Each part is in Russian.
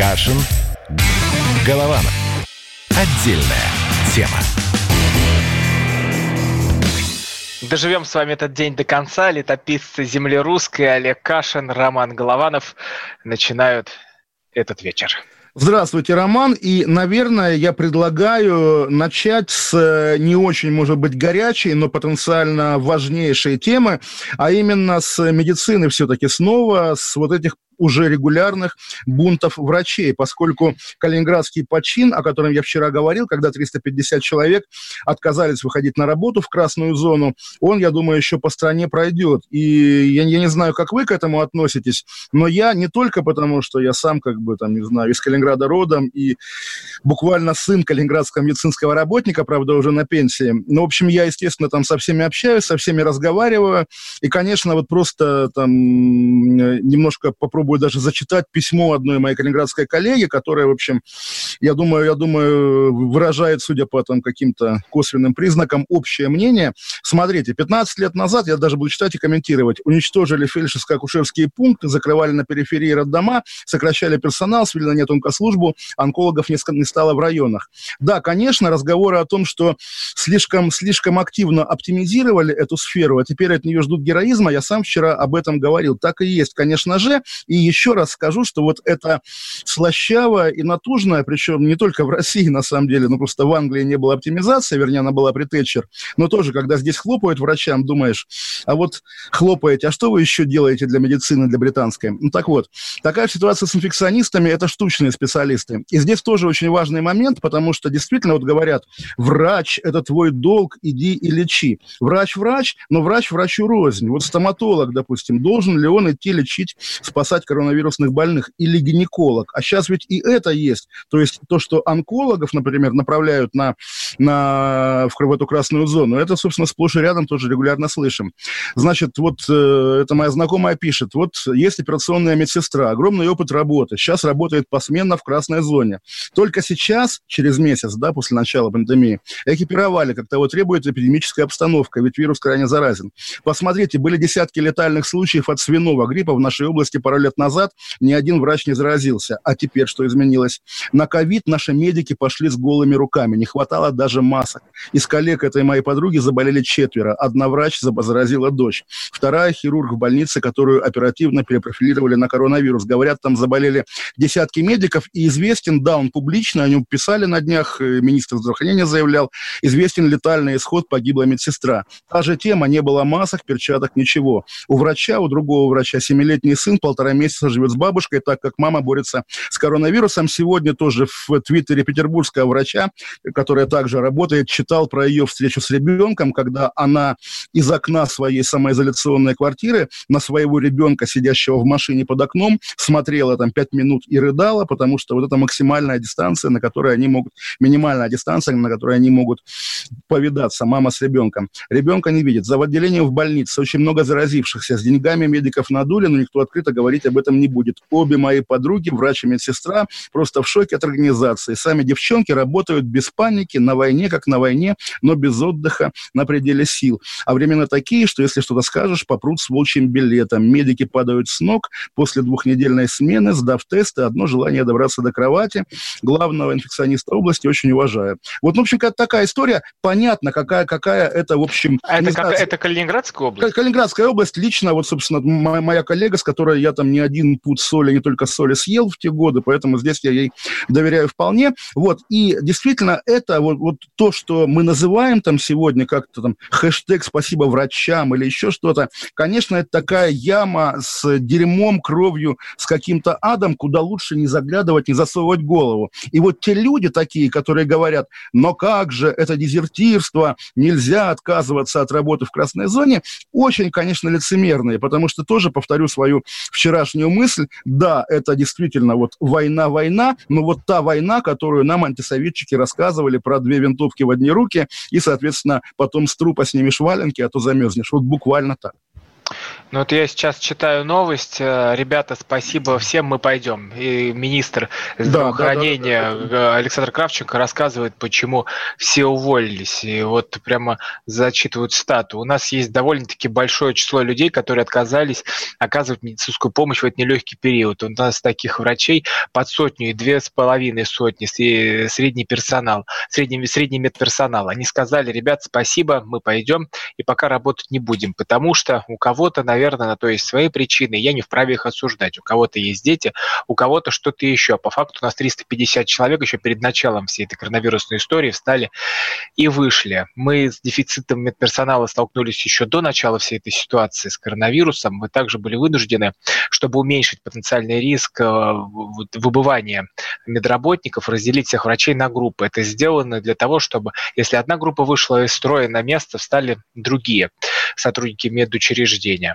Кашин, Голованов. Отдельная тема. Доживем с вами этот день до конца. Летописцы земли русской Олег Кашин, Роман Голованов начинают этот вечер. Здравствуйте, Роман. И, наверное, я предлагаю начать с не очень, может быть, горячей, но потенциально важнейшей темы, а именно с медицины все-таки снова, с вот этих уже регулярных бунтов врачей, поскольку калининградский почин, о котором я вчера говорил, когда 350 человек отказались выходить на работу в красную зону, он, я думаю, еще по стране пройдет. И я не знаю, как вы к этому относитесь, но я не только потому, что я сам, из Калининграда родом и буквально сын калининградского медицинского работника, правда, уже на пенсии. Но, в общем, я, естественно, там со всеми общаюсь, со всеми разговариваю. И, конечно, вот просто там немножко попробую даже зачитать письмо одной моей калининградской коллеги, которая, в общем, я думаю, выражает, судя по там каким-то косвенным признакам, общее мнение. Смотрите, 15 лет назад, я даже буду читать и комментировать, уничтожили фельдшерско-акушерские пункты, закрывали на периферии роддома, сокращали персонал, свели на нет онкослужбу, онкологов не стало в районах. Да, конечно, разговоры о том, что слишком активно оптимизировали эту сферу, а теперь от нее ждут героизма, я сам вчера об этом говорил. Так и есть, конечно же. И еще раз скажу, что вот это слащавое и натужное, причем не только в России, на самом деле, но просто в Англии не было оптимизации, вернее, она была при Тэтчер, но тоже, когда здесь хлопают врачам, думаешь, а вот хлопаете, а что вы еще делаете для медицины, для британской? Ну так вот, такая ситуация с инфекционистами, это штучные специалисты. И здесь тоже очень важный момент, потому что действительно вот говорят, врач – это твой долг, иди и лечи. Врач, но врач врачу рознь. Вот стоматолог, допустим, должен ли он идти лечить, спасать коронавирусных больных, или гинеколог? А сейчас ведь и это есть. То есть то, что онкологов, например, направляют в эту красную зону, это, собственно, сплошь и рядом тоже регулярно слышим. Значит, вот это моя знакомая пишет, вот есть операционная медсестра, огромный опыт работы, сейчас работает посменно в красной зоне. Только сейчас, через месяц, да, после начала пандемии, экипировали, как того требует эпидемическая обстановка, ведь вирус крайне заразен. Посмотрите, были десятки летальных случаев от свиного гриппа в нашей области пару лет назад, ни один врач не заразился. А теперь что изменилось? На ковид наши медики пошли с голыми руками, не хватало даже масок. Из коллег этой моей подруги заболели 4. Одна врач заразила дочь. Вторая хирург в больнице, которую оперативно перепрофилировали на коронавирус. Говорят, там заболели десятки медиков, и известен, да, он публично, о нем писали на днях, министр здравоохранения заявлял, известен летальный исход, погибла медсестра. Та же тема, не было масок, перчаток, ничего. У другого врача, 7-летний сын 1,5 месяца живет с бабушкой, так как мама борется с коронавирусом. Сегодня тоже в твиттере петербургского врача, которая также работает, читал про ее встречу с ребенком, когда она из окна своей самоизоляционной квартиры на своего ребенка, сидящего в машине под окном, смотрела там 5 минут и рыдала, потому что вот это минимальная дистанция, на которой они могут повидаться, мама с ребенком. Ребенка не видит. За отделением в больнице очень много заразившихся. С деньгами медиков надули, но никто открыто говорить об этом не будет. Обе мои подруги, врач и медсестра, просто в шоке от организации. Сами девчонки работают без паники, на войне, как на войне, но без отдыха, на пределе сил. А времена такие, что если что-то скажешь, попрут с волчьим билетом. Медики падают с ног после 2-недельной смены, сдав тесты, одно желание добраться до кровати. Главного инфекциониста области очень уважаю. Вот, в общем, такая история. Понятно, какая это, в общем... Это Калининградская область? Калининградская область. Лично, вот, собственно, моя коллега, с которой я там не один пуд соли, не только соли съел в те годы, поэтому здесь я ей доверяю вполне. Вот. И действительно, это вот то, что мы называем там сегодня как-то там хэштег «спасибо врачам» или еще что-то, конечно, это такая яма с дерьмом, кровью, с каким-то адом, куда лучше не заглядывать, не засовывать голову. И вот те люди такие, которые говорят, но как же, это дезертирство, нельзя отказываться от работы в красной зоне, очень, конечно, лицемерные, потому что тоже, повторю свою вчерашнюю мысль, да, это действительно вот война, но вот та война, которую нам антисоветчики рассказывали про 2 винтовки в одни руки и, соответственно, потом с трупа снимешь валенки, а то замерзнешь. Вот буквально так. Ну вот я сейчас читаю новость. Ребята, спасибо всем, мы пойдем. И министр здравоохранения Александр Кравченко рассказывает, почему все уволились. И вот прямо зачитывают цитату. У нас есть довольно-таки большое число людей, которые отказались оказывать медицинскую помощь в этот нелегкий период. У нас таких врачей под 100 и 2,5 сотни, средний персонал, средний медперсонал. Они сказали: ребят, спасибо, мы пойдем и пока работать не будем, потому что у кого-то, наверное, на то есть свои причины, я не вправе их осуждать. У кого-то есть дети, у кого-то что-то еще. По факту у нас 350 человек еще перед началом всей этой коронавирусной истории встали и вышли. Мы с дефицитом медперсонала столкнулись еще до начала всей этой ситуации с коронавирусом. Мы также были вынуждены, чтобы уменьшить потенциальный риск выбывания медработников, разделить всех врачей на группы. Это сделано для того, чтобы, если одна группа вышла из строя, на место встали другие сотрудники медучреждения.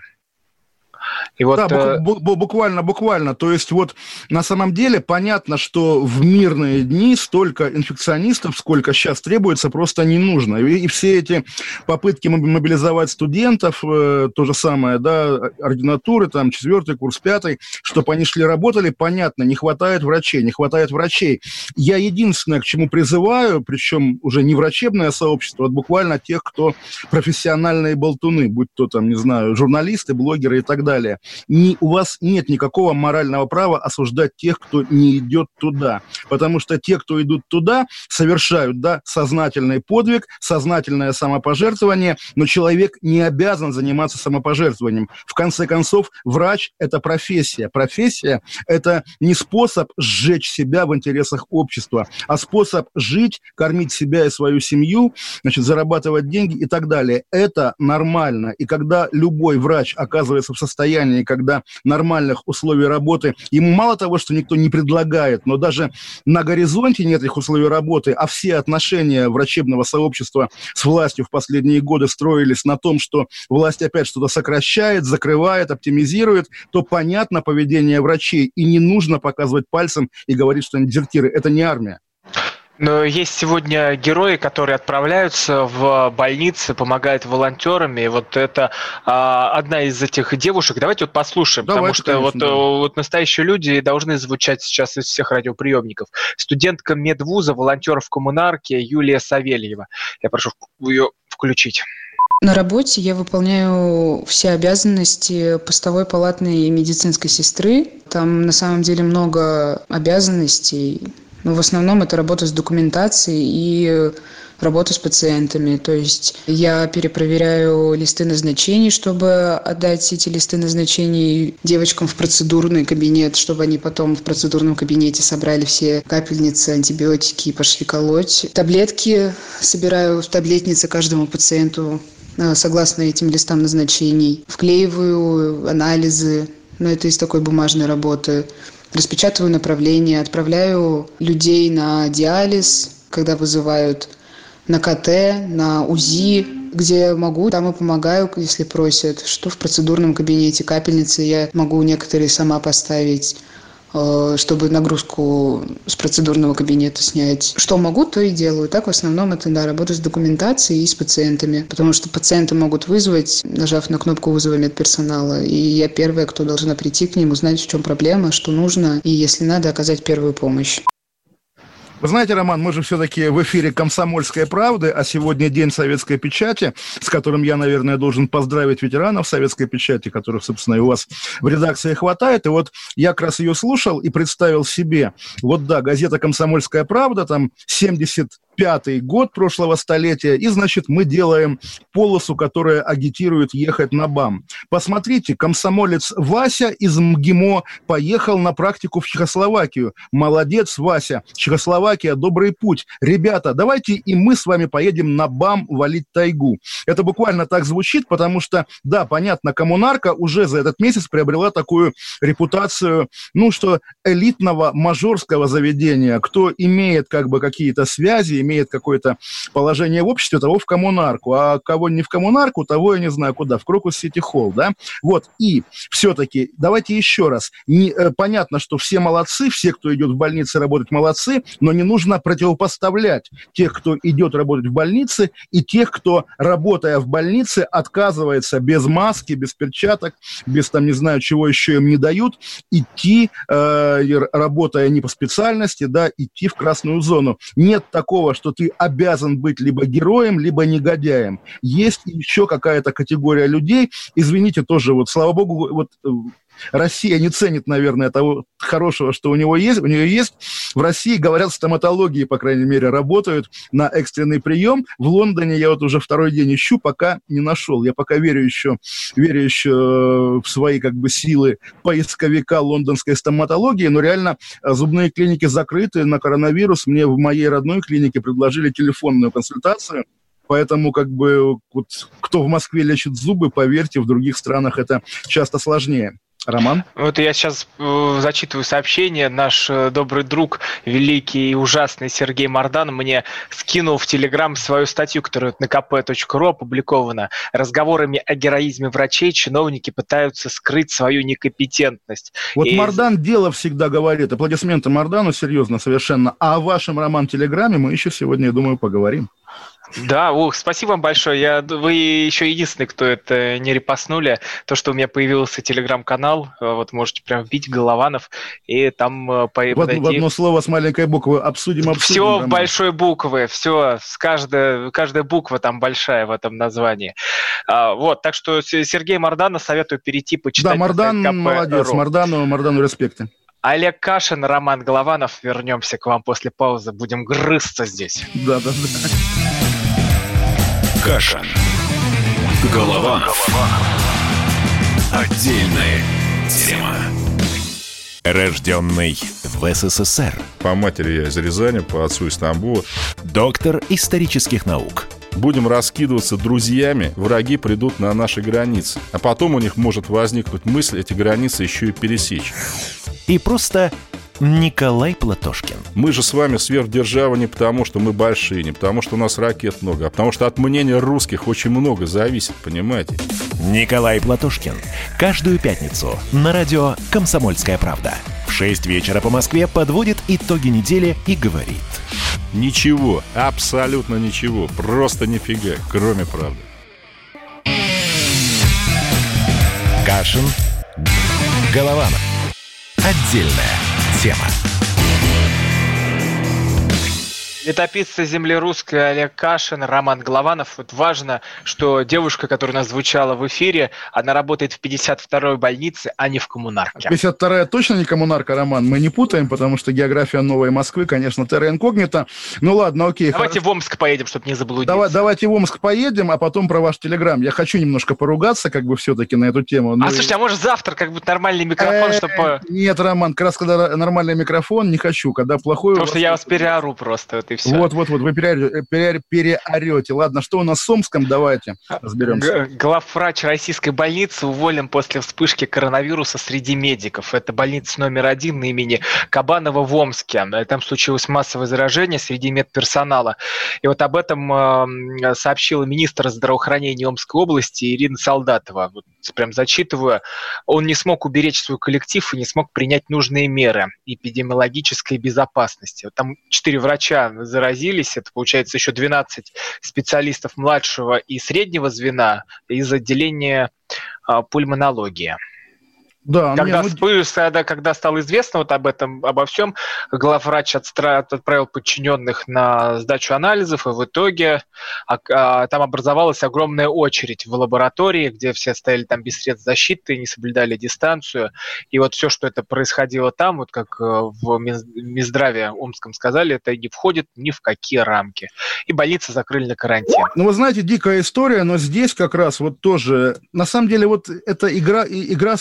И вот, да, буквально. То есть вот на самом деле понятно, что в мирные дни столько инфекционистов, сколько сейчас требуется, просто не нужно. И все эти попытки мобилизовать студентов, то же самое, да, ординатуры, там, 4-й курс, 5-й, чтобы они шли работали, понятно, не хватает врачей. Я единственное, к чему призываю, причем уже не врачебное сообщество, а буквально тех, кто профессиональные болтуны, будь то там, не знаю, журналисты, блогеры и так далее. У вас нет никакого морального права осуждать тех, кто не идет туда. Потому что те, кто идут туда, совершают, да, сознательный подвиг, сознательное самопожертвование, но человек не обязан заниматься самопожертвованием. В конце концов, врач – это профессия. Профессия – это не способ сжечь себя в интересах общества, а способ жить, кормить себя и свою семью, значит, зарабатывать деньги и так далее. Это нормально. И когда любой врач оказывается в состоянии, когда нормальных условий работы, ему мало того, что никто не предлагает, но даже на горизонте нет этих условий работы, а все отношения врачебного сообщества с властью в последние годы строились на том, что власть опять что-то сокращает, закрывает, оптимизирует, то понятно поведение врачей, и не нужно показывать пальцем и говорить, что они дезертиры. Это не армия. Но есть сегодня герои, которые отправляются в больницы, помогают волонтерам. И вот это одна из этих девушек. Давайте вот послушаем, потому что конечно, вот настоящие люди должны звучать сейчас из всех радиоприемников. Студентка медвуза, волонтер в коммунарке Юлия Савельева. Я прошу ее включить. На работе я выполняю все обязанности постовой палатной медицинской сестры. Там на самом деле много обязанностей. Но в основном это работа с документацией и работа с пациентами. То есть я перепроверяю листы назначений, чтобы отдать эти листы назначений девочкам в процедурный кабинет, чтобы они потом в процедурном кабинете собрали все капельницы, антибиотики и пошли колоть. Таблетки собираю в таблетнице каждому пациенту согласно этим листам назначений. Вклеиваю анализы, но это из такой бумажной работы. Распечатываю направления, отправляю людей на диализ, когда вызывают, на КТ, на УЗИ, где могу, там и помогаю, если просят. Что в процедурном кабинете, капельницы я могу некоторые сама поставить, чтобы нагрузку с процедурного кабинета снять. Что могу, то и делаю. Так в основном это, да, работа с документацией и с пациентами. Потому что пациенты могут вызвать, нажав на кнопку вызова медперсонала. И я первая, кто должна прийти к ним, узнать, в чем проблема, что нужно, и если надо, оказать первую помощь. Вы знаете, Роман, мы же все-таки в эфире «Комсомольской правды», а сегодня День советской печати, с которым я, наверное, должен поздравить ветеранов советской печати, которых, собственно, и у вас в редакции хватает. И вот я как раз ее слушал и представил себе. Вот да, газета «Комсомольская правда», там 75-й год прошлого столетия, и, значит, мы делаем полосу, которая агитирует ехать на БАМ. Посмотрите, комсомолец Вася из МГИМО поехал на практику в Чехословакию. Молодец, Вася. Чехословакия, добрый путь. Ребята, давайте и мы с вами поедем на БАМ валить тайгу. Это буквально так звучит, потому что, да, понятно, коммунарка уже за этот месяц приобрела такую репутацию, ну, что элитного мажорского заведения. Кто имеет как бы какие-то связи, имеет какое-то положение в обществе, того в коммунарку, а кого не в коммунарку, того я не знаю куда, в Крокус-Сити-Холл, да? Вот, и все-таки давайте еще раз. Понятно, что все молодцы, все, кто идет в больнице работать, молодцы, но не нужно противопоставлять тех, кто идет работать в больнице, и тех, кто, работая в больнице, отказывается без маски, без перчаток, без, там, не знаю, чего еще им не дают, идти, работая не по специальности, да, идти в красную зону. Нет такого, что ты обязан быть либо героем, либо негодяем. Есть еще какая-то категория людей, извините, тоже, вот, слава богу, вот Россия не ценит, наверное, того хорошего, что у нее есть. В России, говорят, стоматологии, по крайней мере, работают на экстренный прием. В Лондоне я вот уже второй день ищу, пока не нашел. Я пока верю еще в свои как бы силы поисковика лондонской стоматологии, но реально зубные клиники закрыты на коронавирус. Мне в моей родной клинике предложили телефонную консультацию. Поэтому, как бы, вот, кто в Москве лечит зубы, поверьте, в других странах это часто сложнее. Роман? Вот я сейчас зачитываю сообщение. Наш добрый друг, великий и ужасный Сергей Мардан мне скинул в Телеграм свою статью, которая на kp.ru опубликована. Разговорами о героизме врачей чиновники пытаются скрыть свою некомпетентность. Вот Мардан дело всегда говорит. Аплодисменты Мардану, серьезно, совершенно. А о вашем, Роман, Телеграме мы еще сегодня, я думаю, поговорим. Да, спасибо вам большое. Вы еще единственный, кто это не репостнули. То, что у меня появился телеграм-канал, вот можете прям вбить Голованов, и там подойти. В одно слово с маленькой буквы обсудим. Все в большой буквы, все, каждая буква там большая в этом названии. Вот, так что Сергей Мардана советую перейти почитать. Да, Мардан молодец, Мардану респекты. Олег Кашин, Роман Голованов. Вернемся к вам после паузы. Будем грызться здесь. Да. Кашин. Голованов. Отдельная тема. Рожденный в СССР. По матери я из Рязани, по отцу из Тамбова. Доктор исторических наук. Будем раскидываться друзьями, враги придут на наши границы. А потом у них может возникнуть мысль эти границы еще и пересечь. И просто Николай Платошкин. Мы же с вами сверхдержава не потому, что мы большие, не потому, что у нас ракет много, а потому что от мнения русских очень много зависит, понимаете? Николай Платошкин. Каждую пятницу на радио «Комсомольская правда». В 6 вечера по Москве подводит итоги недели и говорит: ничего, абсолютно ничего, просто нифига, кроме правды. Кашин. Голованов. Отдельная тема. Летописцы земли русской Олег Кашин, Роман Голованов. Вот важно, что девушка, которая у нас звучала в эфире, она работает в 52-й больнице, а не в коммунарке. 52-я точно не коммунарка, Роман, мы не путаем, потому что география Новой Москвы, конечно, терра инкогнита. Ну ладно, окей. Давайте в Омск поедем, чтобы не заблудиться. Давайте в Омск поедем, а потом про ваш Телеграм. Я хочу немножко поругаться, как бы все-таки на эту тему. Слушайте, а может завтра как бы нормальный микрофон, чтобы... Нет, Роман, как раз когда нормальный микрофон, не хочу, когда плохой... Потому что я вас переору просто. И все. Вот, вы переорете. Ладно, что у нас с Омском? Давайте разберемся. Главврач российской больницы уволен после вспышки коронавируса среди медиков. Это больница номер 1 на имени Кабанова в Омске. Там случилось массовое заражение среди медперсонала. И вот об этом сообщила министр здравоохранения Омской области Ирина Солдатова. Вот прям зачитываю. Он не смог уберечь свой коллектив и не смог принять нужные меры эпидемиологической безопасности. Там 4 врача заразились, это получается еще 12 специалистов младшего и среднего звена из отделения пульмонологии. Да, когда стало известно вот обо всем, главврач отправил подчиненных на сдачу анализов, и в итоге там образовалась огромная очередь в лаборатории, где все стояли там без средств защиты, не соблюдали дистанцию. И вот все, что это происходило там, вот как в Минздраве Омском сказали, это не входит ни в какие рамки. И больницы закрыли на карантин. Ну, вы знаете, дикая история, но здесь как раз вот тоже, на самом деле, вот эта игра с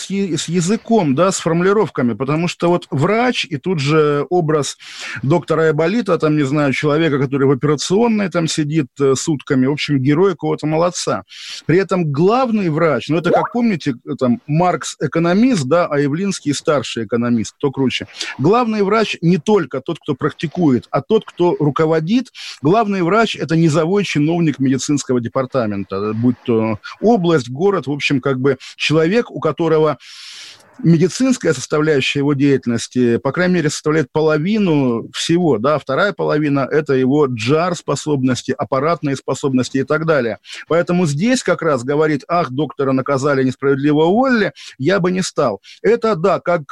языком, да, с формулировками, потому что вот врач и тут же образ доктора Айболита, там, не знаю, человека, который в операционной там сидит сутками, в общем, герой какого-то молодца. При этом главный врач, ну, это, как помните, там, Маркс экономист, да, а Явлинский старший экономист, кто круче. Главный врач не только тот, кто практикует, а тот, кто руководит. Главный врач – это низовой чиновник медицинского департамента, будь то область, город, в общем, как бы человек, у которого медицинская составляющая его деятельности, по крайней мере, составляет половину всего, да, вторая половина – это его джар-способности, аппаратные способности и так далее. Поэтому здесь как раз говорить, ах, доктора наказали, несправедливо уволили, я бы не стал. Это, да, как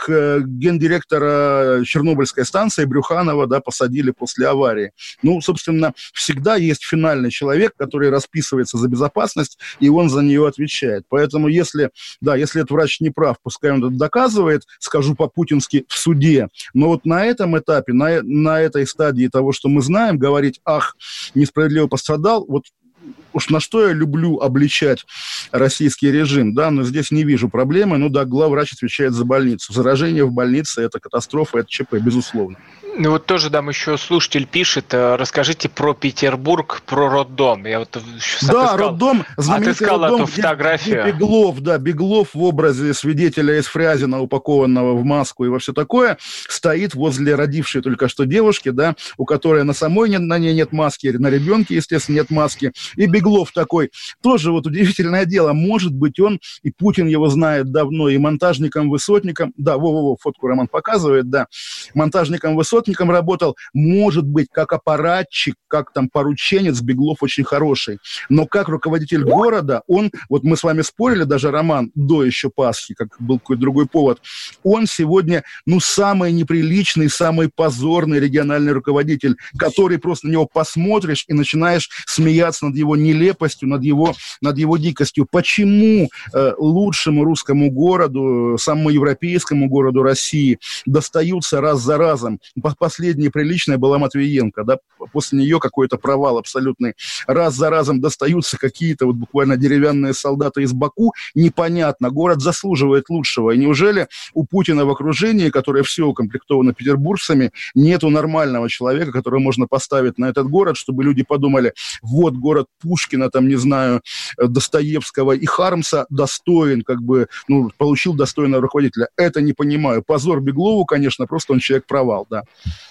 гендиректора Чернобыльской станции Брюханова, да, посадили после аварии. Ну, собственно, всегда есть финальный человек, который расписывается за безопасность, и он за нее отвечает. Поэтому, если этот врач не прав, пускай он доказывает, скажу по-путински, в суде. Но вот на этом этапе, на этой стадии того, что мы знаем, говорить, ах, несправедливо пострадал, вот уж на что я люблю обличать российский режим, да, но здесь не вижу проблемы. Ну да, главврач отвечает за больницу. Заражение в больнице – это катастрофа, это ЧП, безусловно. Ну вот тоже там еще слушатель пишет, расскажите про Петербург, про роддом. Я вот роддом, отыскал роддом, эту фотографию. Где Беглов в образе свидетеля из Фрязино, упакованного в маску и во все такое, стоит возле родившей только что девушки, да, у которой на самой на ней нет маски, на ребенке, естественно, нет маски. И Беглов такой, тоже вот удивительное дело, может быть, он, и Путин его знает давно, и монтажником-высотником, да, фотку Роман показывает, да, монтажником-высотником работал, может быть, как аппаратчик, как там порученец, Беглов очень хороший, но как руководитель города, он, вот мы с вами спорили, даже Роман, до еще Пасхи, как был какой-то другой повод, он сегодня, ну, самый неприличный, самый позорный региональный руководитель, который просто на него посмотришь и начинаешь смеяться над его нелепостью, над его дикостью. Почему лучшему русскому городу, самому европейскому городу России достаются раз за разом? Последняя приличная была Матвиенко, да, после нее какой-то провал абсолютный. Раз за разом достаются какие-то вот буквально деревянные солдаты из Баку, непонятно, город заслуживает лучшего. И неужели у Путина в окружении, которое все укомплектовано петербуржцами, нету нормального человека, которого можно поставить на этот город, чтобы люди подумали, вот город Пушкина, там, не знаю, Достоевского и Хармса достоин, как бы, ну, получил достойного руководителя. Это не понимаю. Позор Беглову, конечно, просто он человек-провал, да.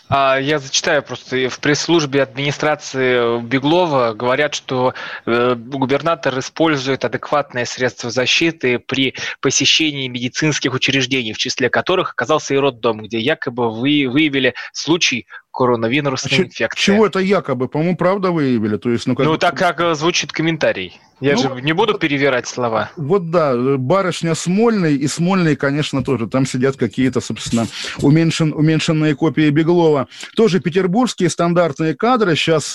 Я зачитаю просто. В пресс-службе администрации Беглова говорят, что губернатор использует адекватные средства защиты при посещении медицинских учреждений, в числе которых оказался и роддом, где якобы выявили случай коронавирусной инфекции. Чего это якобы? По-моему, правда выявили. То есть, так как звучит комментарий. Я же не буду перевирать слова. Вот да, барышня Смольный и Смольный, конечно, тоже. Там сидят какие-то, собственно, уменьшенные копии Беглова. Тоже петербургские стандартные кадры. Сейчас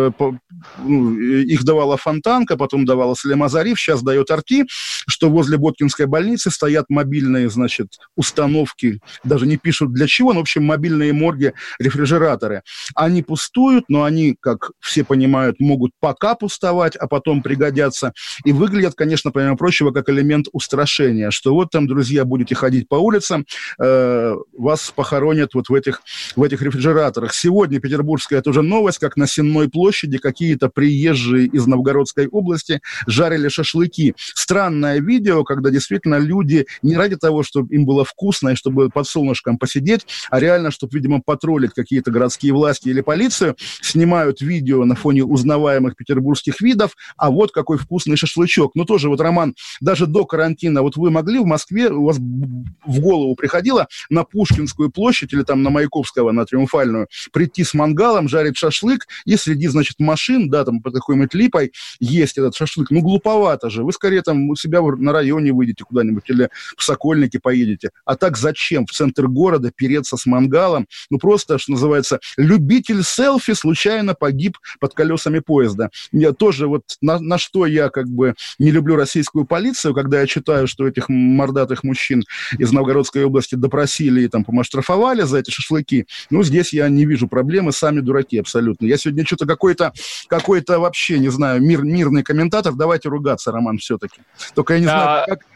их давала Фонтанка, потом давала Слем Азариф, сейчас дает Арти, что возле Боткинской больницы стоят мобильные, значит, установки. Даже не пишут для чего, но, в общем, мобильные морги, рефрижераторы. Они пустуют, но они, как все понимают, могут пока пустовать, а потом пригодятся. И выглядят, конечно, помимо прочего, как элемент устрашения, что вот там, друзья, будете ходить по улицам, вас похоронят вот в этих рефрижераторах. Сегодня петербургская тоже новость, как на Сенной площади какие-то приезжие из Новгородской области жарили шашлыки. Странное видео, когда действительно люди не ради того, чтобы им было вкусно и чтобы под солнышком посидеть, а реально, чтобы, видимо, потроллить какие-то городские власти или полицию, снимают видео на фоне узнаваемых петербургских видов, а вот какой вкусный шашлычок. Ну, тоже вот, Роман, даже до карантина, вот вы могли в Москве, у вас в голову приходило на Пушкинскую площадь или там на Маяковского, на Триумфальную, прийти с мангалом, жарить шашлык, и среди, значит, машин, да, там под какой-нибудь липой есть этот шашлык. Ну, глуповато же. Вы скорее там у себя на районе выйдете куда-нибудь или в Сокольники поедете. А так зачем в центр города переться с мангалом? Ну, просто, что называется, любитель селфи случайно погиб под колесами поезда. Я тоже вот на что я как бы не люблю российскую полицию, когда я читаю, что этих мордатых мужчин из Новгородской области допросили и там, по-моему, оштрафовали за эти шашлыки. Ну, здесь я не вижу проблемы, сами дураки абсолютно. Я сегодня что-то какой-то вообще, не знаю, мирный комментатор. Давайте ругаться, Роман, все-таки. Только я не знаю,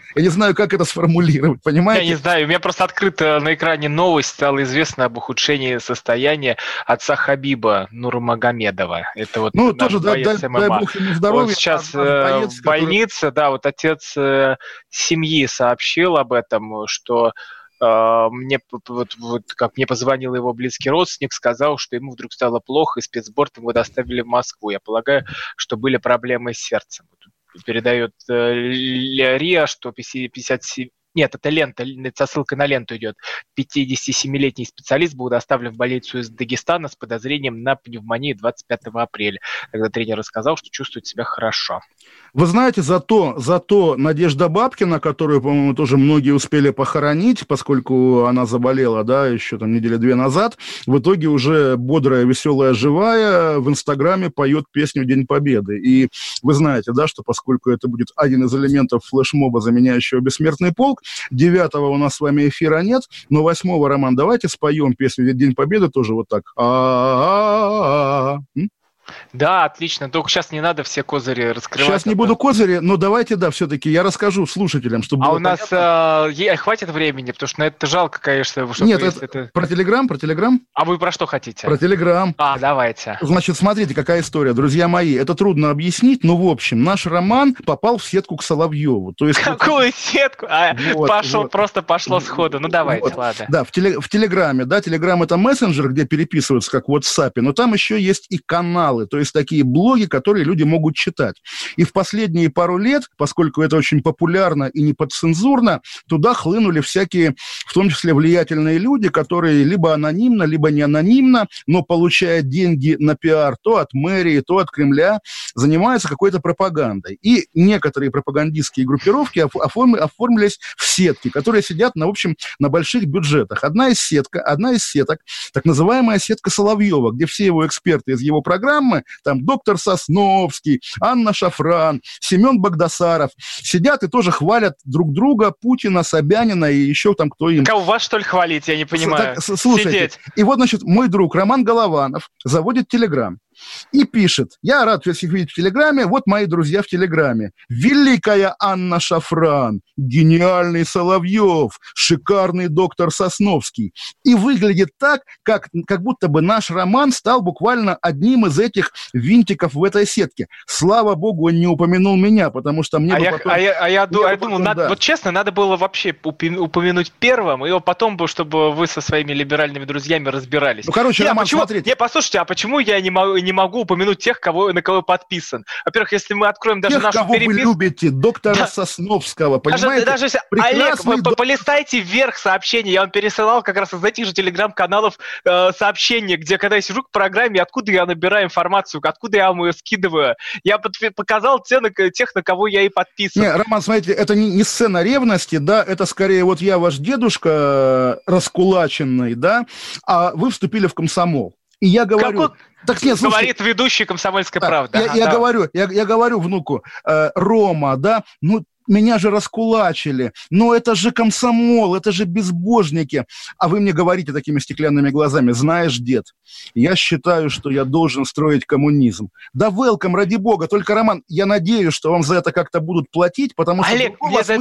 Я не знаю, как это сформулировать, понимаете? Я не знаю, у меня просто открыта на экране новость, стало известно об ухудшении состояния отца Хабиба Нурмагомедова. Это вот тоже дай бог ему здоровья. Он сейчас в больнице, да, вот отец семьи сообщил об этом, что как мне позвонил его близкий родственник, сказал, что ему вдруг стало плохо, и спецборд его доставили в Москву. Я полагаю, что были проблемы с сердцем. Передает РИА, что 57... Нет, это лента, со ссылкой на ленту идет. 57-летний специалист был доставлен в больницу из Дагестана с подозрением на пневмонию 25 апреля. Когда тренер рассказал, что чувствует себя хорошо. Вы знаете, зато Надежда Бабкина, которую, по-моему, тоже многие успели похоронить, поскольку она заболела, да, еще там недели 2 назад, в итоге уже бодрая, веселая, живая в Инстаграме поет песню «День Победы». И вы знаете, да, что поскольку это будет один из элементов флешмоба, заменяющего «Бессмертный полк», 9-го у нас с вами эфира нет, но 8-го, Роман, давайте споем песню «День Победы» тоже вот так. Да, отлично. Только сейчас не надо все козыри раскрывать. Сейчас не буду козыри, но давайте, да, все-таки я расскажу слушателям, чтобы было у нас хватит времени, потому что на это жалко, конечно. Нет, это про Телеграм? А вы про что хотите? Про Телеграм. Давайте. Значит, смотрите, какая история, друзья мои. Это трудно объяснить, но, в общем, наш роман попал в сетку к Соловьеву. То есть, какую сетку? Просто пошло сходу. Ну, давайте, ладно. Да, в Телеграме. Да, Телеграм — это мессенджер, где переписываются, как в WhatsApp, но там еще есть и каналы, то есть такие блоги, которые люди могут читать. И в последние пару лет, поскольку это очень популярно и не подцензурно, туда хлынули всякие, в том числе влиятельные люди, которые либо анонимно, либо не анонимно, но получая деньги на пиар то от мэрии, то от Кремля, занимаются какой-то пропагандой. И некоторые пропагандистские группировки оформились в сетки, которые сидят, в общем, на больших бюджетах. Одна из сеток, так называемая сетка Соловьева, где все его эксперты из его программы, там доктор Сосновский, Анна Шафран, Семен Багдасаров сидят и тоже хвалят друг друга, Путина, Собянина и еще там кто им. Так, а у вас, что ли, хвалить? Я не понимаю. Слушайте, сидеть. И вот, значит, мой друг Роман Голованов заводит Телеграм и пишет: я рад всех видеть в Телеграме, вот мои друзья в Телеграме. Великая Анна Шафран, гениальный Соловьев, шикарный доктор Сосновский. И выглядит так, как будто бы наш роман стал буквально одним из этих винтиков в этой сетке. Слава богу, он не упомянул меня, потому что мне я думал, вот честно, надо было вообще упомянуть первым, и потом бы, чтобы вы со своими либеральными друзьями разбирались. Ну, короче, Роман, смотрите. Послушайте, а почему я не могу упомянуть тех, на кого подписан? Во-первых, если мы откроем даже нашу переписку... Тех, кого вы любите, доктора Сосновского, понимаете? Даже Олег, вы полистайте вверх сообщения, я вам пересылал как раз из этих же телеграм-каналов сообщения, где, когда я сижу к программе, откуда я набираю информацию, откуда я вам ее скидываю. Я показал тех, на кого я и подписан. Не, Роман, смотрите, это не сцена ревности, да, это скорее вот я ваш дедушка раскулаченный, да, а вы вступили в комсомол. И я говорю... Так, нет, слушай, говорит ведущий «Комсомольской правды». Я говорю внуку: Рома, да, меня же раскулачили, но это же комсомол, это же безбожники. А вы мне говорите такими стеклянными глазами: знаешь, дед, я считаю, что я должен строить коммунизм. Да welcome, ради бога, только, Роман, я надеюсь, что вам за это как-то будут платить, потому что... Олег,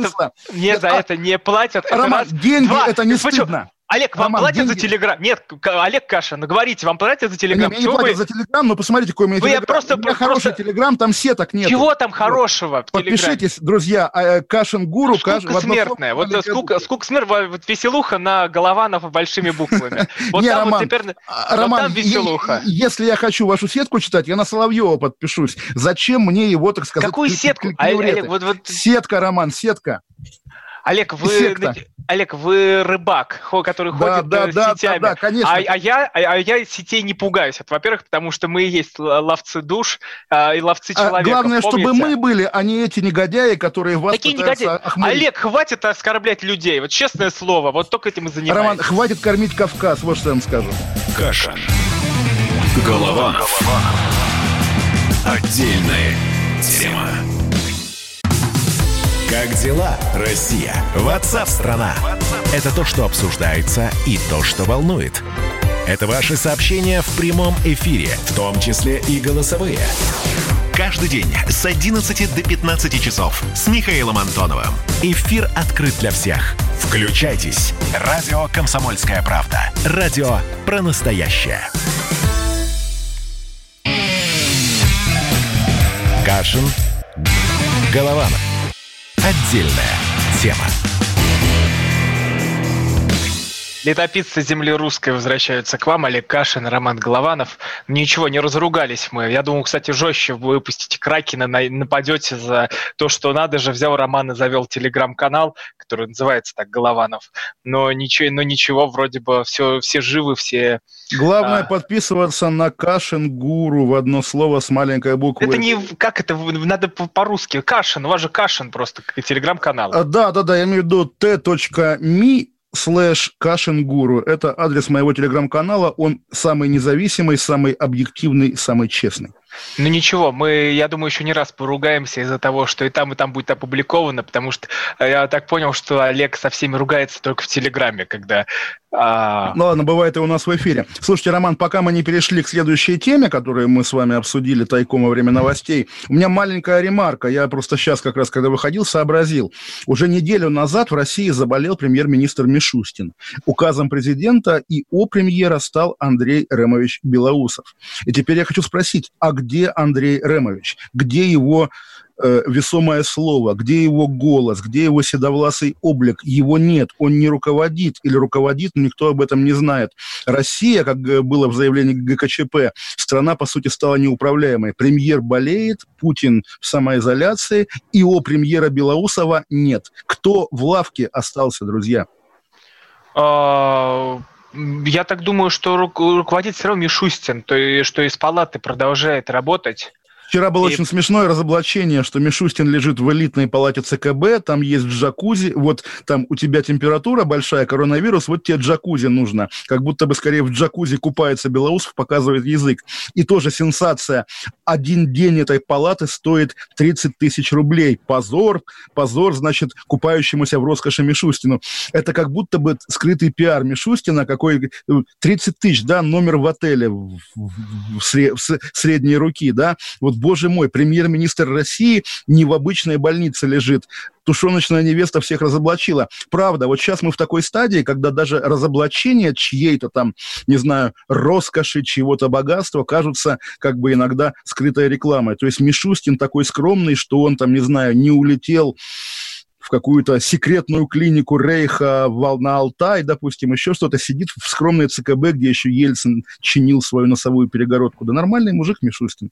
мне за это не платят. Роман, деньги, это не стыдно. Олег, вам платят за Телеграм? Нет, Олег Кашин, говорите, вам платят за Телеграм? Мне не платят за Телеграм, но посмотрите, какой у меня Телеграм. У меня хороший Телеграм, там сеток нет. Чего там хорошего в Телеграме? Подпишитесь, друзья, Кашин Гуру. Скука смертная. Вот скука смертная, вот веселуха на Голованов большими буквами. Вот там вот теперь... Роман, веселуха. Если я хочу вашу сетку читать, я на Соловьева подпишусь. Зачем мне его, так сказать... Какую сетку? Сетка, Роман, сетка. Олег, вы рыбак, который ходит сетями. Да, конечно. А я сетей не пугаюсь. Во-первых, потому что мы и есть ловцы душ и ловцы человека. Главное, чтобы мы были, а не эти негодяи, которые вас пытаются охмурить. Олег, хватит оскорблять людей. Вот честное слово, вот только этим и занимаемся. Роман, хватит кормить Кавказ, вот что я вам скажу. Кашин. Голованов. Отдельная тема. Как дела, Россия? WhatsApp-страна! Это то, что обсуждается, и то, что волнует. Это ваши сообщения в прямом эфире, в том числе и голосовые. Каждый день с 11 до 15 часов с Михаилом Антоновым. Эфир открыт для всех. Включайтесь. Радио «Комсомольская правда». Радио про настоящее. Кашин, Голованов. Отдельная тема. Летописцы земли русской возвращаются к вам. Олег Кашин, Роман Голованов. Ничего, не разругались мы. Я думал, кстати, жестче вы выпустите Кракена, нападете за то, что надо же. Взял Роман и завел телеграм-канал, который называется так «Голованов». Но ничего, вроде бы все живы, все... Главное подписываться на Кашин Гуру в одно слово с маленькой буквы. Это не... Как это? Надо по-русски. Кашин. У вас же Кашин просто, телеграм-канал. Да, я имею в виду t.me/Кашин-Гуру. Это адрес моего телеграм-канала. Он самый независимый, самый объективный, самый честный. Ну ничего, я думаю, еще не раз поругаемся из-за того, что и там будет опубликовано, потому что я так понял, что Олег со всеми ругается только в Телеграме, когда... Ну ладно, бывает и у нас в эфире. Слушайте, Роман, пока мы не перешли к следующей теме, которую мы с вами обсудили тайком во время новостей, у меня маленькая ремарка. Я просто сейчас, как раз когда выходил, сообразил. Уже неделю назад в России заболел премьер-министр Мишустин. Указом президента ИО премьера стал Андрей Ремович Белоусов. И теперь я хочу спросить, а где Андрей Ремович? Где его весомое слово, где его голос, где его седовласый облик? Его нет, он не руководит или руководит, но никто об этом не знает. Россия, как было в заявлении ГКЧП, страна, по сути, стала неуправляемой. Премьер болеет, Путин в самоизоляции, ИО премьера Белоусова нет. Кто в лавке остался, друзья? Я так думаю, что руководит все равно Мишустин, то есть, что из палаты продолжает работать. Вчера было очень смешное разоблачение, что Мишустин лежит в элитной палате ЦКБ, там есть джакузи, вот там у тебя температура большая, коронавирус, вот тебе джакузи нужно. Как будто бы скорее в джакузи купается Белоусов, показывает язык. И тоже сенсация. Один день этой палаты стоит 30 тысяч рублей. Позор, значит, купающемуся в роскоши Мишустину. Это как будто бы скрытый пиар Мишустина, какой 30 тысяч, да, номер в отеле в средней руки, да, вот, боже мой, премьер-министр России не в обычной больнице лежит. Тушеночная невеста всех разоблачила. Правда, вот сейчас мы в такой стадии, когда даже разоблачение чьей-то там, не знаю, роскоши, чего-то богатства кажутся как бы иногда скрытой рекламой. То есть Мишустин такой скромный, что он там, не знаю, не улетел в какую-то секретную клинику Рейха на Алтай, допустим, еще что-то, сидит в скромной ЦКБ, где еще Ельцин чинил свою носовую перегородку. Да нормальный мужик Мишустин.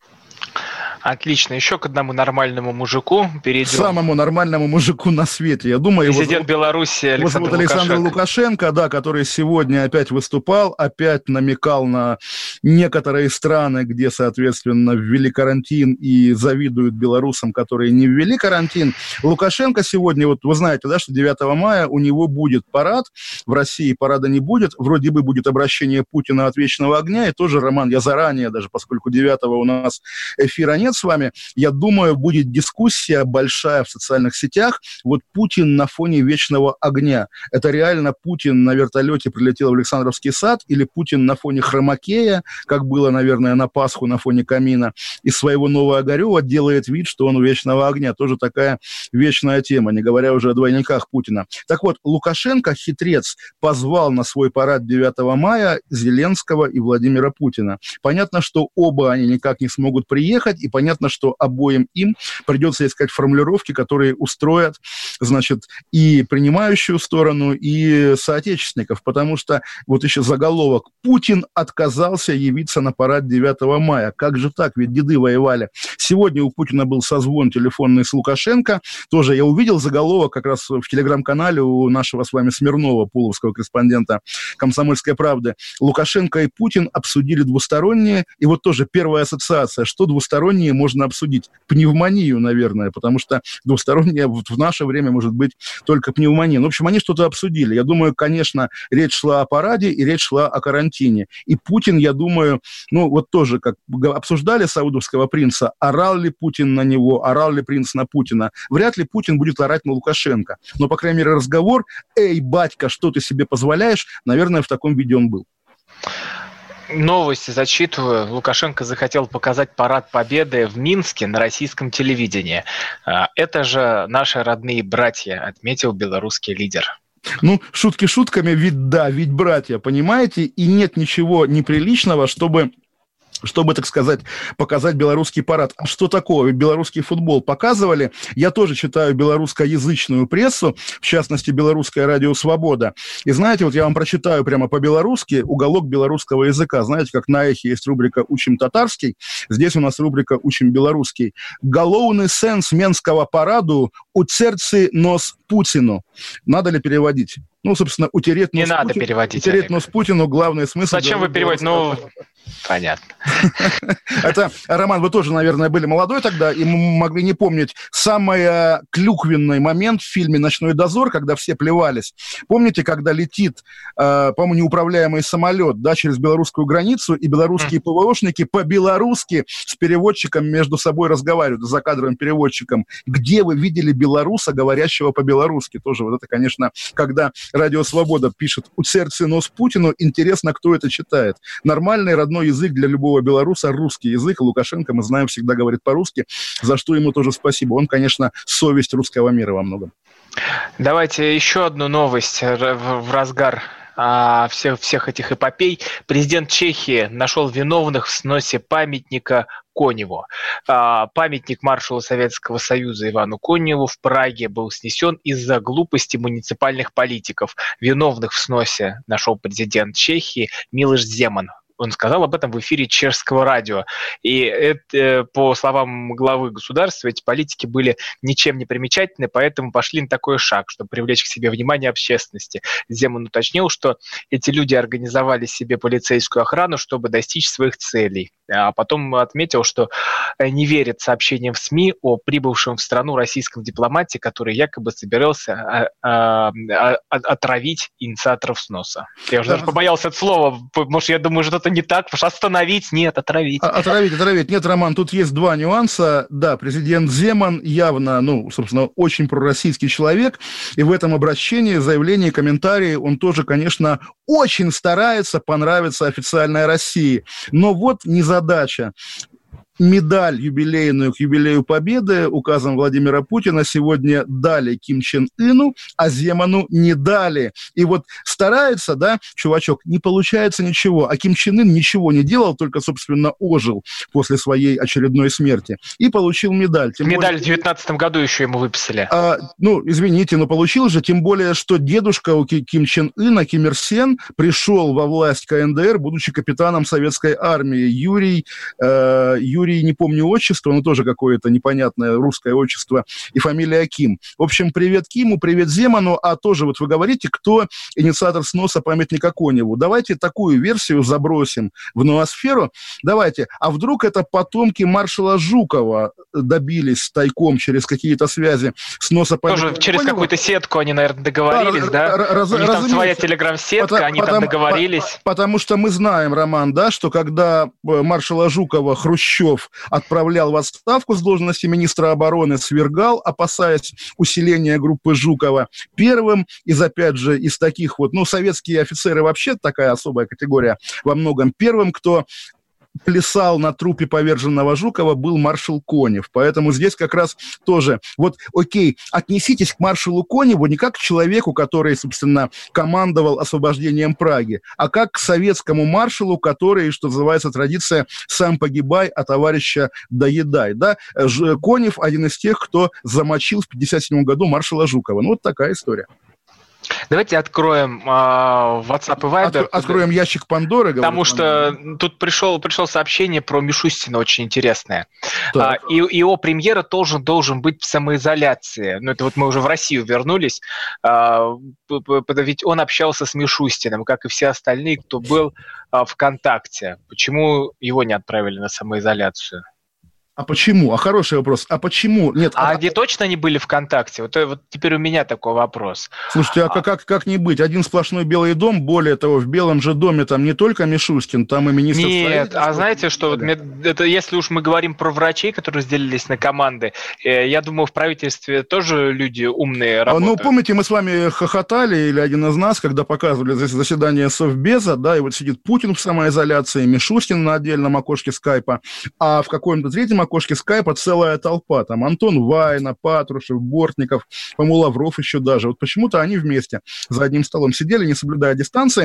Отлично. Еще к одному нормальному мужику перейдем. Самому нормальному мужику на свете. Я думаю, президент Беларуси Александр Лукашенко, да, который сегодня опять выступал, опять намекал на некоторые страны, где, соответственно, ввели карантин и завидуют белорусам, которые не ввели карантин. Лукашенко сегодня, вот вы знаете, да, что 9 мая у него будет парад. В России парада не будет. Вроде бы будет обращение Путина от вечного огня. И тоже, Роман, я заранее, даже поскольку 9-го у нас эфира нет с вами, я думаю, будет дискуссия большая в социальных сетях. Вот Путин на фоне вечного огня. Это реально Путин на вертолете прилетел в Александровский сад или Путин на фоне хромакея, как было, наверное, на Пасху на фоне камина, из своего Новоогарева делает вид, что он у вечного огня. Тоже такая вечная тема, не говоря уже о двойниках Путина. Так вот, Лукашенко, хитрец, позвал на свой парад 9 мая Зеленского и Владимира Путина. Понятно, что оба они никак не смогут приехать, и понятно, что обоим им придется искать формулировки, которые устроят, значит, и принимающую сторону, и соотечественников, потому что вот еще заголовок: Путин отказался явиться на парад 9 мая. Как же так? Ведь деды воевали. Сегодня у Путина был созвон телефонный с Лукашенко. Тоже я увидел заголовок как раз в телеграм-канале у нашего с вами Смирнова, пуловского корреспондента «Комсомольской правды». Лукашенко и Путин обсудили двусторонние, и вот тоже первая ассоциация, что двусторонние можно обсудить? Пневмонию, наверное, потому что двустороннее вот в наше время может быть только пневмония. Ну, в общем, они что-то обсудили. Я думаю, конечно, речь шла о параде и речь шла о карантине. И Путин, я думаю, ну, вот тоже, как обсуждали саудовского принца, орал ли Путин на него, орал ли принц на Путина. Вряд ли Путин будет орать на Лукашенко. Но, по крайней мере, разговор: «Эй, батька, что ты себе позволяешь?», наверное, в таком виде он был. Новости зачитываю. Лукашенко захотел показать парад Победы в Минске на российском телевидении. Это же наши родные братья, отметил белорусский лидер. Ну, шутки шутками, ведь братья, понимаете? И нет ничего неприличного, чтобы, так сказать, показать белорусский парад. А что такого? Ведь белорусский футбол показывали. Я тоже читаю белорусскоязычную прессу, в частности, белорусское радио «Свобода». И знаете, вот я вам прочитаю прямо по-белорусски уголок белорусского языка. Знаете, как на «Эхе» есть рубрика «Учим татарский», здесь у нас рубрика «Учим белорусский». «Головный сенс менского параду у сердце нос Путину». Надо ли переводить? Ну, собственно, утереть нос Не надо переводить. Утереть нос Путину, главный смысл. Зачем вы переводите? Ну, понятно. Это, Роман, вы тоже, наверное, были молодой тогда и могли не помнить самый клюквенный момент в фильме «Ночной дозор», когда все плевались. Помните, когда летит, по-моему, неуправляемый самолет, да, через белорусскую границу, и белорусские ПВОшники по-белорусски с переводчиком между собой разговаривают, с закадровым переводчиком. Где вы видели белоруса, говорящего по-белорусски? Тоже вот это, конечно, когда Радио «Свобода» пишет «У сердца нос Путину», интересно, кто это читает. Нормальный родной язык для любого белоруса – русский язык. Лукашенко, мы знаем, всегда говорит по-русски, за что ему тоже спасибо. Он, конечно, совесть русского мира во многом. Давайте еще одну новость в разгар всех этих эпопей. Президент Чехии нашел виновных в сносе памятника Коневу. Памятник маршалу Советского Союза Ивану Коневу в Праге был снесен из-за глупости муниципальных политиков. Виновных в сносе нашел президент Чехии Милош Земан. Он сказал об этом в эфире чешского радио. И это, по словам главы государства, эти политики были ничем не примечательны, поэтому пошли на такой шаг, чтобы привлечь к себе внимание общественности. Земан уточнил, что эти люди организовали себе полицейскую охрану, чтобы достичь своих целей. А потом отметил, что не верит сообщениям в СМИ о прибывшем в страну российском дипломате, который якобы собирался отравить инициаторов сноса. Я уже даже побоялся от слова, потому что я думаю, что это не так, потому что остановить, нет, отравить. Отравить. Нет, Роман, тут есть два нюанса. Да, президент Земан явно, собственно, очень пророссийский человек, и в этом обращении, заявлении, комментарии он тоже, конечно, очень старается понравиться официальной России. Но вот незадача. Медаль юбилейную к юбилею Победы указом Владимира Путина сегодня дали Ким Чен Ыну, а Земану не дали. И вот старается, да, чувачок, не получается ничего. А Ким Чен Ын ничего не делал, только, собственно, ожил после своей очередной смерти. И получил медаль. Медаль в 19 году еще ему выписали. Извините, но получил же, тем более, что дедушка у Ким Чен Ына, Ким Ир Сен, пришел во власть КНДР, будучи капитаном советской армии. Юрий, не помню отчество, но тоже какое-то непонятное русское отчество, и фамилия Ким. В общем, привет Киму, привет Земану, а тоже вот вы говорите, кто инициатор сноса памятника Коневу. Давайте такую версию забросим в ноосферу. Давайте. А вдруг это потомки маршала Жукова добились тайком через какие-то связи сноса памятника Тоже через Коневу? Какую-то сетку они, наверное, договорились, да? У них там своя телеграм-сетка, они там договорились. Потому что мы знаем, Роман, да, что когда маршала Жукова Хрущев отправлял в отставку с должности министра обороны, свергал, опасаясь усиления группы Жукова. Первым опять же, из таких вот, советские офицеры вообще такая особая категория во многом. Первым, кто плясал на трупе поверженного Жукова, был маршал Конев. Поэтому здесь как раз тоже, отнеситесь к маршалу Коневу не как к человеку, который, собственно, командовал освобождением Праги, а как к советскому маршалу, который, что называется, традиция «сам погибай, а товарища доедай». Да? Конев один из тех, кто замочил в 1957 году маршала Жукова. Вот такая история. Давайте откроем WhatsApp и Viber. Откроем ящик Пандоры. Потому что тут пришло сообщение про Мишустина очень интересное. И его премьера должен быть в самоизоляции. Это вот мы уже в Россию вернулись. Ведь он общался с Мишустиным, как и все остальные, кто был ВКонтакте. Почему его не отправили на самоизоляцию? А почему? Хороший вопрос. А почему? Нет. Где точно они были ВКонтакте? Вот теперь у меня такой вопрос. Слушайте, как не быть? Один сплошной Белый дом, более того, в Белом же доме там не только Мишустин, там и министр строительства. Нет, знаете, что это если уж мы говорим про врачей, которые разделились на команды, я думаю, в правительстве тоже люди умные работают. Помните, мы с вами хохотали, или один из нас, когда показывали заседание Совбеза, да, и вот сидит Путин в самоизоляции, Мишустин на отдельном окошке скайпа, а в каком-то третьем окошке скайпа целая толпа. Там Антон Вайна, Патрушев, Бортников, по-моему, Лавров еще даже. Вот почему-то они вместе за одним столом сидели, не соблюдая дистанции.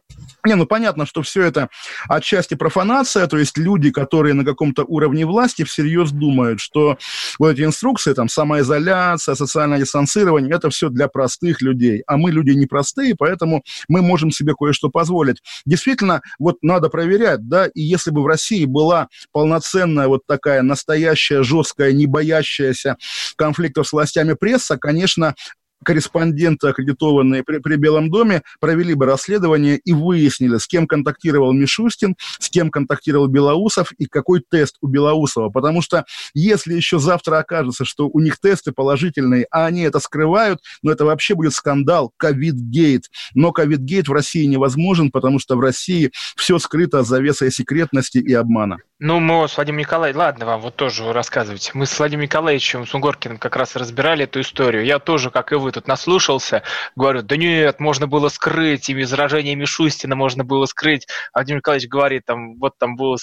Понятно, что все это отчасти профанация, то есть люди, которые на каком-то уровне власти всерьез думают, что вот эти инструкции, там, самоизоляция, социальное дистанцирование, это все для простых людей, а мы люди непростые, поэтому мы можем себе кое-что позволить. Действительно, вот надо проверять, да, и если бы в России была полноценная вот такая настоящая, жесткая, не боящаяся конфликтов с властями пресса, конечно, корреспонденты, аккредитованные при Белом доме, провели бы расследование и выяснили, с кем контактировал Мишустин, с кем контактировал Белоусов и какой тест у Белоусова. Потому что если еще завтра окажется, что у них тесты положительные, а они это скрывают, это вообще будет скандал, ковид-гейт. Но ковид-гейт в России невозможен, потому что в России все скрыто завесой секретности и обмана. Мы с Владимиром Николаевичем, ладно, вам вот тоже рассказывать. Мы с Владимиром Николаевичем Сунгоркиным как раз разбирали эту историю. Я тоже, как и вы, тут наслушался. Говорю, да нет, можно было скрыть, и изражение Мишустина можно было скрыть. Владимир Николаевич говорит, там было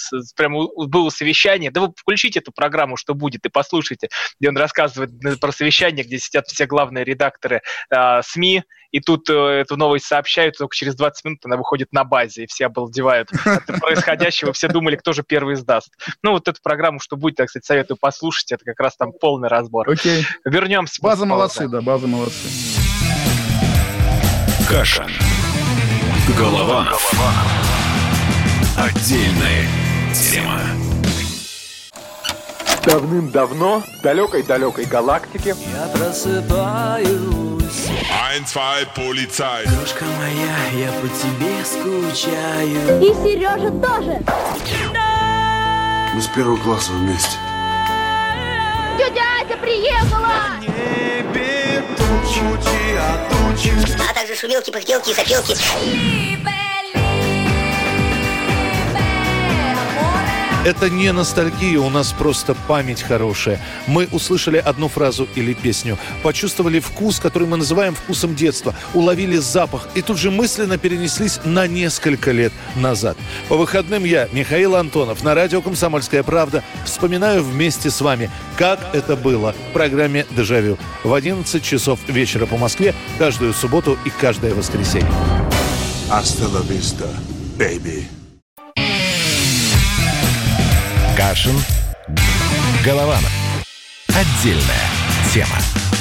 совещание. Да вы включите эту программу, что будет, и послушайте. Где он рассказывает про совещание, где сидят все главные редакторы СМИ, и тут эту новость сообщают, только через 20 минут она выходит на базе, и все обалдевают от происходящего, все думали, кто же первый сдаст. Вот эту программу, что будет, так сказать, советую послушать, это как раз там полный разбор. Окей. Вернемся. База молодцы, да, база молодцы. Кашин. Голованов. Отдельная тема. Давным-давно в далекой-далекой галактике я просыпаюсь. 1-2, полицай. Дружка моя, я по тебе скучаю. И Сережа тоже. Мы с первого класса вместе. Тетя Ася приехала! Небе тучи, а также шумелки, пыхтелки и сопелки. Это не ностальгия, у нас просто память хорошая. Мы услышали одну фразу или песню, почувствовали вкус, который мы называем вкусом детства, уловили запах и тут же мысленно перенеслись на несколько лет назад. По выходным я, Михаил Антонов, на радио «Комсомольская правда» вспоминаю вместе с вами, как это было в программе «Дежавю» в 11 часов вечера по Москве каждую субботу и каждое воскресенье. Hasta la vista, baby. Кашин. Голованов. Отдельная тема.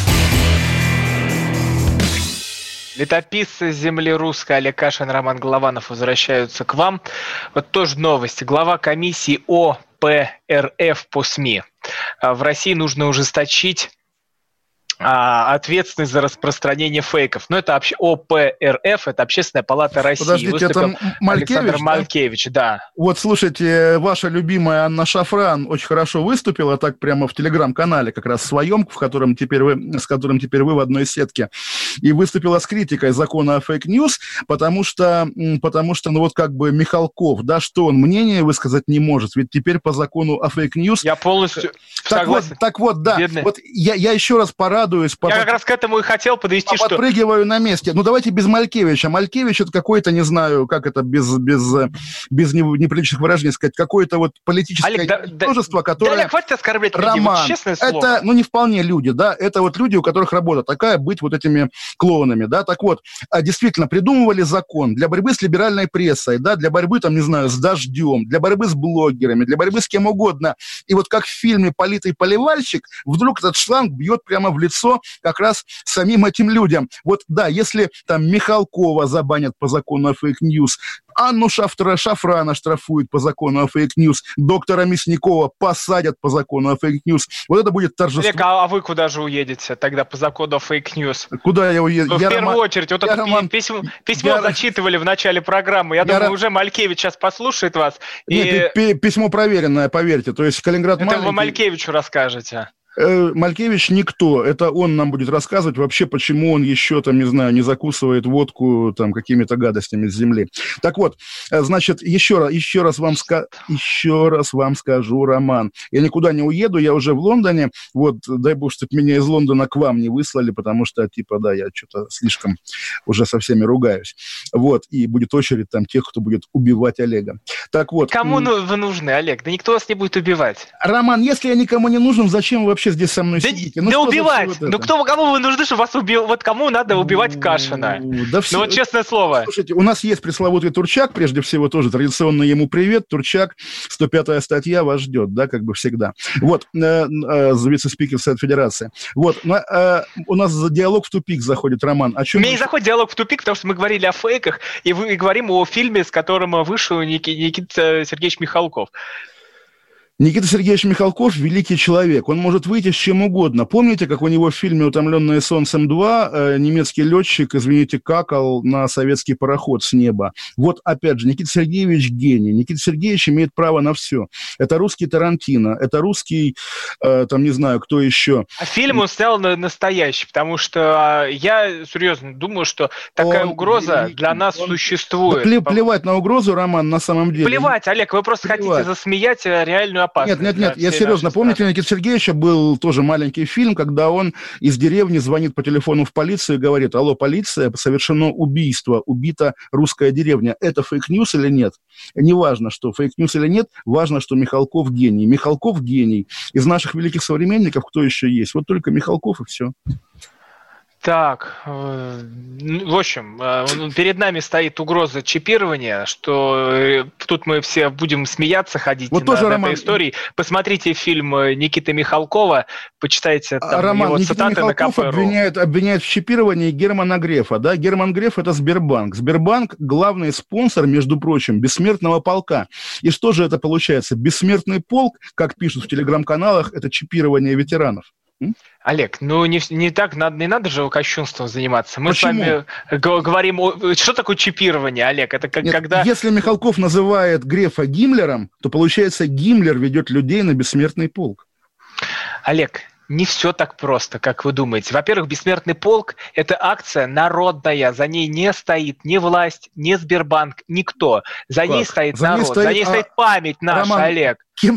Летописцы земли русской Олег Кашин, Роман Голованов возвращаются к вам. Вот тоже новости. Глава комиссии ОПРФ по СМИ. В России нужно ужесточить ответственность за распространение фейков. Это вообще ОПРФ, это Общественная палата России. Подождите, это Малькевич, Александр Малькевич, да? Вот, слушайте, ваша любимая Анна Шафран очень хорошо выступила, так прямо в телеграм-канале, как раз своем, с которым теперь вы в одной сетке, и выступила с критикой закона о фейк-ньюс, потому что, Михалков, да, что он мнение высказать не может, ведь теперь по закону о фейк-ньюс... Я полностью согласен. Так вот, да. Бедный. Вот я еще раз порадуюсь. Я как раз к этому и хотел подвести, что... Подпрыгиваю на месте. Давайте без Малькевича. Малькевич — это какой-то, не знаю, как это без неприличных выражений сказать, какое-то вот политическое ничтожество, которое... Олег, хватит оскорблять людей, Роман, честное слово. Это, не вполне люди, да, это вот люди, у которых работа такая, быть вот этими клоунами, да, так вот, действительно, придумывали закон для борьбы с либеральной прессой, да, для борьбы, с дождем, для борьбы с блогерами, для борьбы с кем угодно. И вот как в фильме «Политый поливальщик» вдруг этот шланг бьет прямо в лицо лицо как раз самим этим людям. Вот да, если там Михалкова забанят по закону о фейк-ньюс, Анну Шафрана штрафуют по закону о фейк-ньюс, доктора Мясникова посадят по закону о фейк-ньюс. Вот это будет торжество. Олег, а вы куда же уедете тогда по закону о фейк-ньюс? Куда я уеду? В первую очередь, вот это письмо зачитывали в начале программы. Я думаю, уже Малькевич сейчас послушает вас. Нет, письмо проверенное, поверьте. То есть Калининград маленький. Это вы Малькевичу расскажете. Малькевич никто, это он нам будет рассказывать вообще, почему он еще там, не знаю, не закусывает водку там какими-то гадостями с земли. Так вот, значит, еще раз вам скажу, Роман, я никуда не уеду, я уже в Лондоне, вот, дай бог, чтобы меня из Лондона к вам не выслали, потому что, типа, да, я что-то слишком уже со всеми ругаюсь, вот, и будет очередь там тех, кто будет убивать Олега. Так вот. Кому вы нужны, Олег? Да никто вас не будет убивать. Роман, если я никому не нужен, зачем вы вообще здесь со мной сидите? Да убивать! Ну кому вы нужны, чтобы вас убил? Вот кому надо убивать Кашина? Да все... Ну вот честное слово. Слушайте, у нас есть пресловутый Турчак, прежде всего тоже традиционно ему привет. Турчак, 105-я статья вас ждет, да, как бы всегда. Вот, вице-спикер Совет Федерации. Вот, у нас диалог в тупик заходит, Роман. У меня не заходит диалог в тупик, потому что мы говорили о фейках и говорим о фильме, с которым вышел Никита Сергеевич Михалков. Никита Сергеевич Михалков – великий человек. Он может выйти с чем угодно. Помните, как у него в фильме «Утомленные солнцем 2» немецкий летчик, извините, какал на советский пароход с неба? Вот, опять же, Никита Сергеевич – гений. Никита Сергеевич имеет право на все. Это русский Тарантино, это русский, там, не знаю, кто еще. А фильм он снял настоящий, потому что я серьезно думаю, что такая угроза для нас существует. Да плевать на угрозу, Роман, на самом деле. Плевать, Олег, вы просто хотите засмеять реальную опасность. Нет, я серьезно. Помните, у Никиты Сергеевича был тоже маленький фильм, когда он из деревни звонит по телефону в полицию и говорит: алло, полиция, совершено убийство, убита русская деревня. Это фейк-ньюс или нет? Неважно, что фейк-ньюс или нет, важно, что Михалков гений. Михалков гений. Из наших великих современников кто еще есть? Вот только Михалков и все. Так, в общем, перед нами стоит угроза чипирования, что тут мы все будем смеяться, ходить вот над этой историей. Посмотрите фильм Никиты Михалкова, почитайте там его цитаты на КП.ру. Обвиняет в чипировании Германа Грефа. Да? Герман Греф – это Сбербанк. Сбербанк – главный спонсор, между прочим, бессмертного полка. И что же это получается? Бессмертный полк, как пишут в телеграм-каналах, это чипирование ветеранов. Олег, ну не так, не надо же кощунством заниматься. Мы с вами говорим, что такое чипирование, Олег? Это как когда... Если Михалков называет Грефа Гиммлером, то получается Гиммлер ведет людей на бессмертный полк. Олег, не все так просто, как вы думаете. Во-первых, бессмертный полк – это акция народная. За ней не стоит ни власть, ни Сбербанк, никто. За ней стоит народ, за ней стоит память наша, Роман, Олег.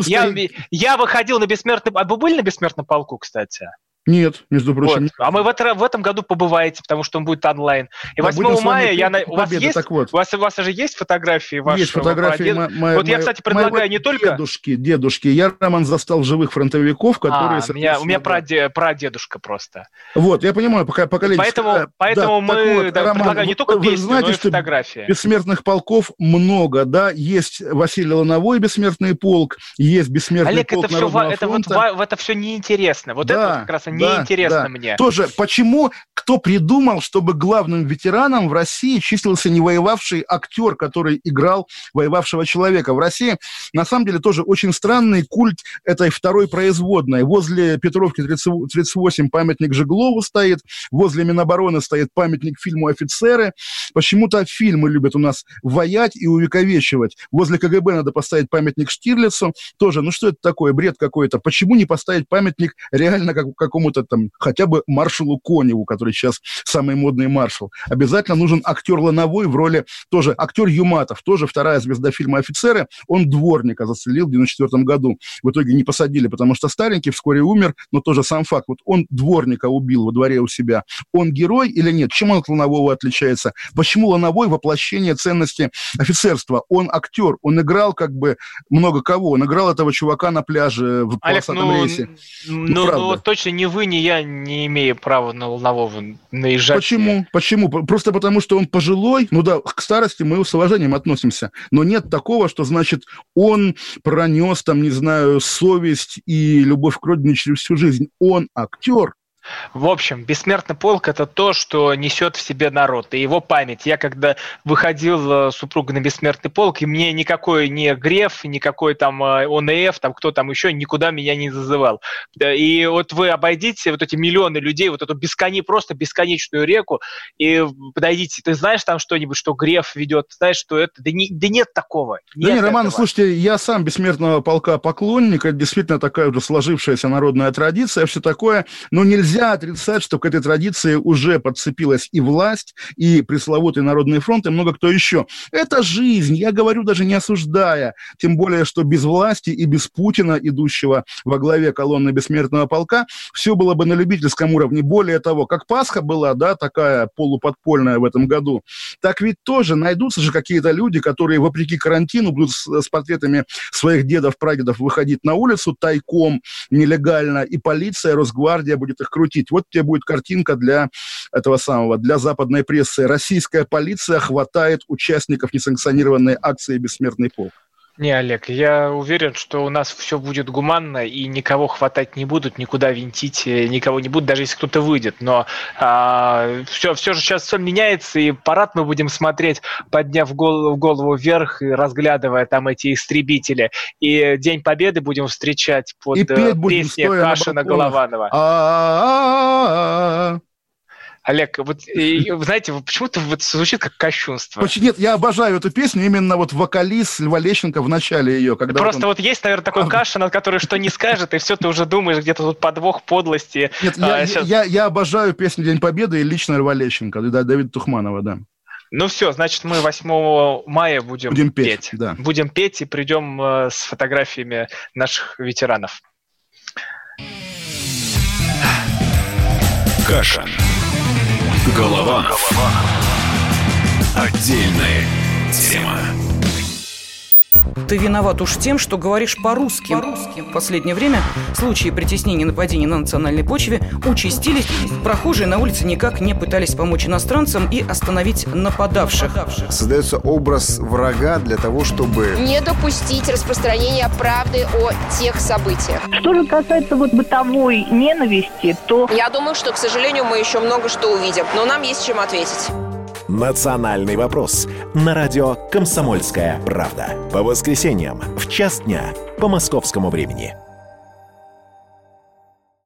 Я выходил на бессмертный... А вы были на бессмертном полку, кстати? Нет, между прочим. Вот. А мы в этом году побываете, потому что он будет онлайн. И 8 мая у вас же есть фотографии ваши? Есть фотографии. Вот я, кстати, предлагаю не только... Дедушки. Я, Роман, застал живых фронтовиков, которые... У меня прадедушка просто. Вот, я понимаю, поколение. Поэтому мы предлагаем не только песню, но и фотографии. Бессмертных полков много, да. Есть Василий Лановой бессмертный полк, есть бессмертный полк Народного фронта. Олег, это все неинтересно. Вот это как раз неинтересно мне. Тоже, почему, кто придумал, чтобы главным ветераном в России числился не воевавший актер, который играл воевавшего человека? В России, на самом деле, тоже очень странный культ этой второй производной. Возле Петровки 38 памятник Жеглову стоит, возле Минобороны стоит памятник фильму «Офицеры». Почему-то фильмы любят у нас воять и увековечивать. Возле КГБ надо поставить памятник Штирлицу. Тоже, ну что это такое, бред какой-то. Почему не поставить памятник реально какому-то там, хотя бы маршалу Коневу, который сейчас самый модный маршал? Обязательно нужен актер Лановой в роли, тоже актер Юматов, тоже вторая звезда фильма «Офицеры». Он дворника застрелил в 1994 году. В итоге не посадили, потому что старенький вскоре умер, но тоже сам факт. Вот он дворника убил во дворе у себя. Он герой или нет? Чем он от Ланового отличается? Почему Лановой воплощение ценности офицерства? Он актер, он играл как бы много кого. Он играл этого чувака на пляже в полосатом рейсе. Ну, точно не вы, ни я не имею права на Ланового наезжать. Почему? Просто потому, что он пожилой? Ну да, к старости мы с уважением относимся. Но нет такого, что, значит, он пронес, там, не знаю, совесть и любовь к родине через всю жизнь. Он актер. В общем, бессмертный полк – это то, что несет в себе народ и его память. Я когда выходил с супругой на бессмертный полк, и мне никакой не Греф, никакой там ОНФ, там кто там еще, никуда меня не зазывал. И вот вы обойдите вот эти миллионы людей, вот эту просто бесконечную реку, и подойдите, ты знаешь там что-нибудь, что Греф ведет, знаешь, что это? Да нет такого. Нет, Роман, слушайте, я сам бессмертного полка поклонник, это действительно такая уже сложившаяся народная традиция, все такое, но нельзя отрицать, что к этой традиции уже подцепилась и власть, и пресловутый Народный фронт, и много кто еще. Это жизнь, я говорю, даже не осуждая, тем более, что без власти и без Путина, идущего во главе колонны бессмертного полка, все было бы на любительском уровне. Более того, как Пасха была, да, такая полуподпольная в этом году, так ведь тоже найдутся же какие-то люди, которые, вопреки карантину, будут с портретами своих дедов, прадедов выходить на улицу тайком, нелегально, и полиция, Росгвардия будет их крутить. Вот тебе будет картинка для этого самого, для западной прессы. Российская полиция хватает участников несанкционированной акции «Бессмертный полк». Не, Олег, я уверен, что у нас все будет гуманно, и никого хватать не будут, никуда винтить никого не будут, даже если кто-то выйдет. Но все же сейчас все меняется, и парад мы будем смотреть, подняв голову вверх и разглядывая там эти истребители. И День Победы будем встречать под песни Кашина-Голованова. Олег, вот вы знаете, почему-то вот звучит как кощунство. Нет, я обожаю эту песню, именно вот вокалист Льва Лещенко в начале ее. Когда просто вот есть, наверное, такой Кашин, от которого что не скажет, и все, ты уже думаешь, где-то тут подвох, подлости. Нет, я обожаю песню «День Победы» и лично Льва Лещенко, Давида Тухманова, да. Ну все, значит, мы 8 мая будем петь. Да. Будем петь и придем с фотографиями наших ветеранов. Кашин. Голованов. Отдельная тема. Ты виноват уж тем, что говоришь по-русски. В последнее время случаи притеснения и нападений на национальной почве участились. Прохожие на улице никак не пытались помочь иностранцам и остановить нападавших. Создается образ врага для того, чтобы не допустить распространения правды о тех событиях. Что же касается бытовой ненависти, то... Я думаю, что, к сожалению, мы еще много что увидим, но нам есть чем ответить. «Национальный вопрос» на радио «Комсомольская правда». По воскресеньям в 1:00 дня по московскому времени.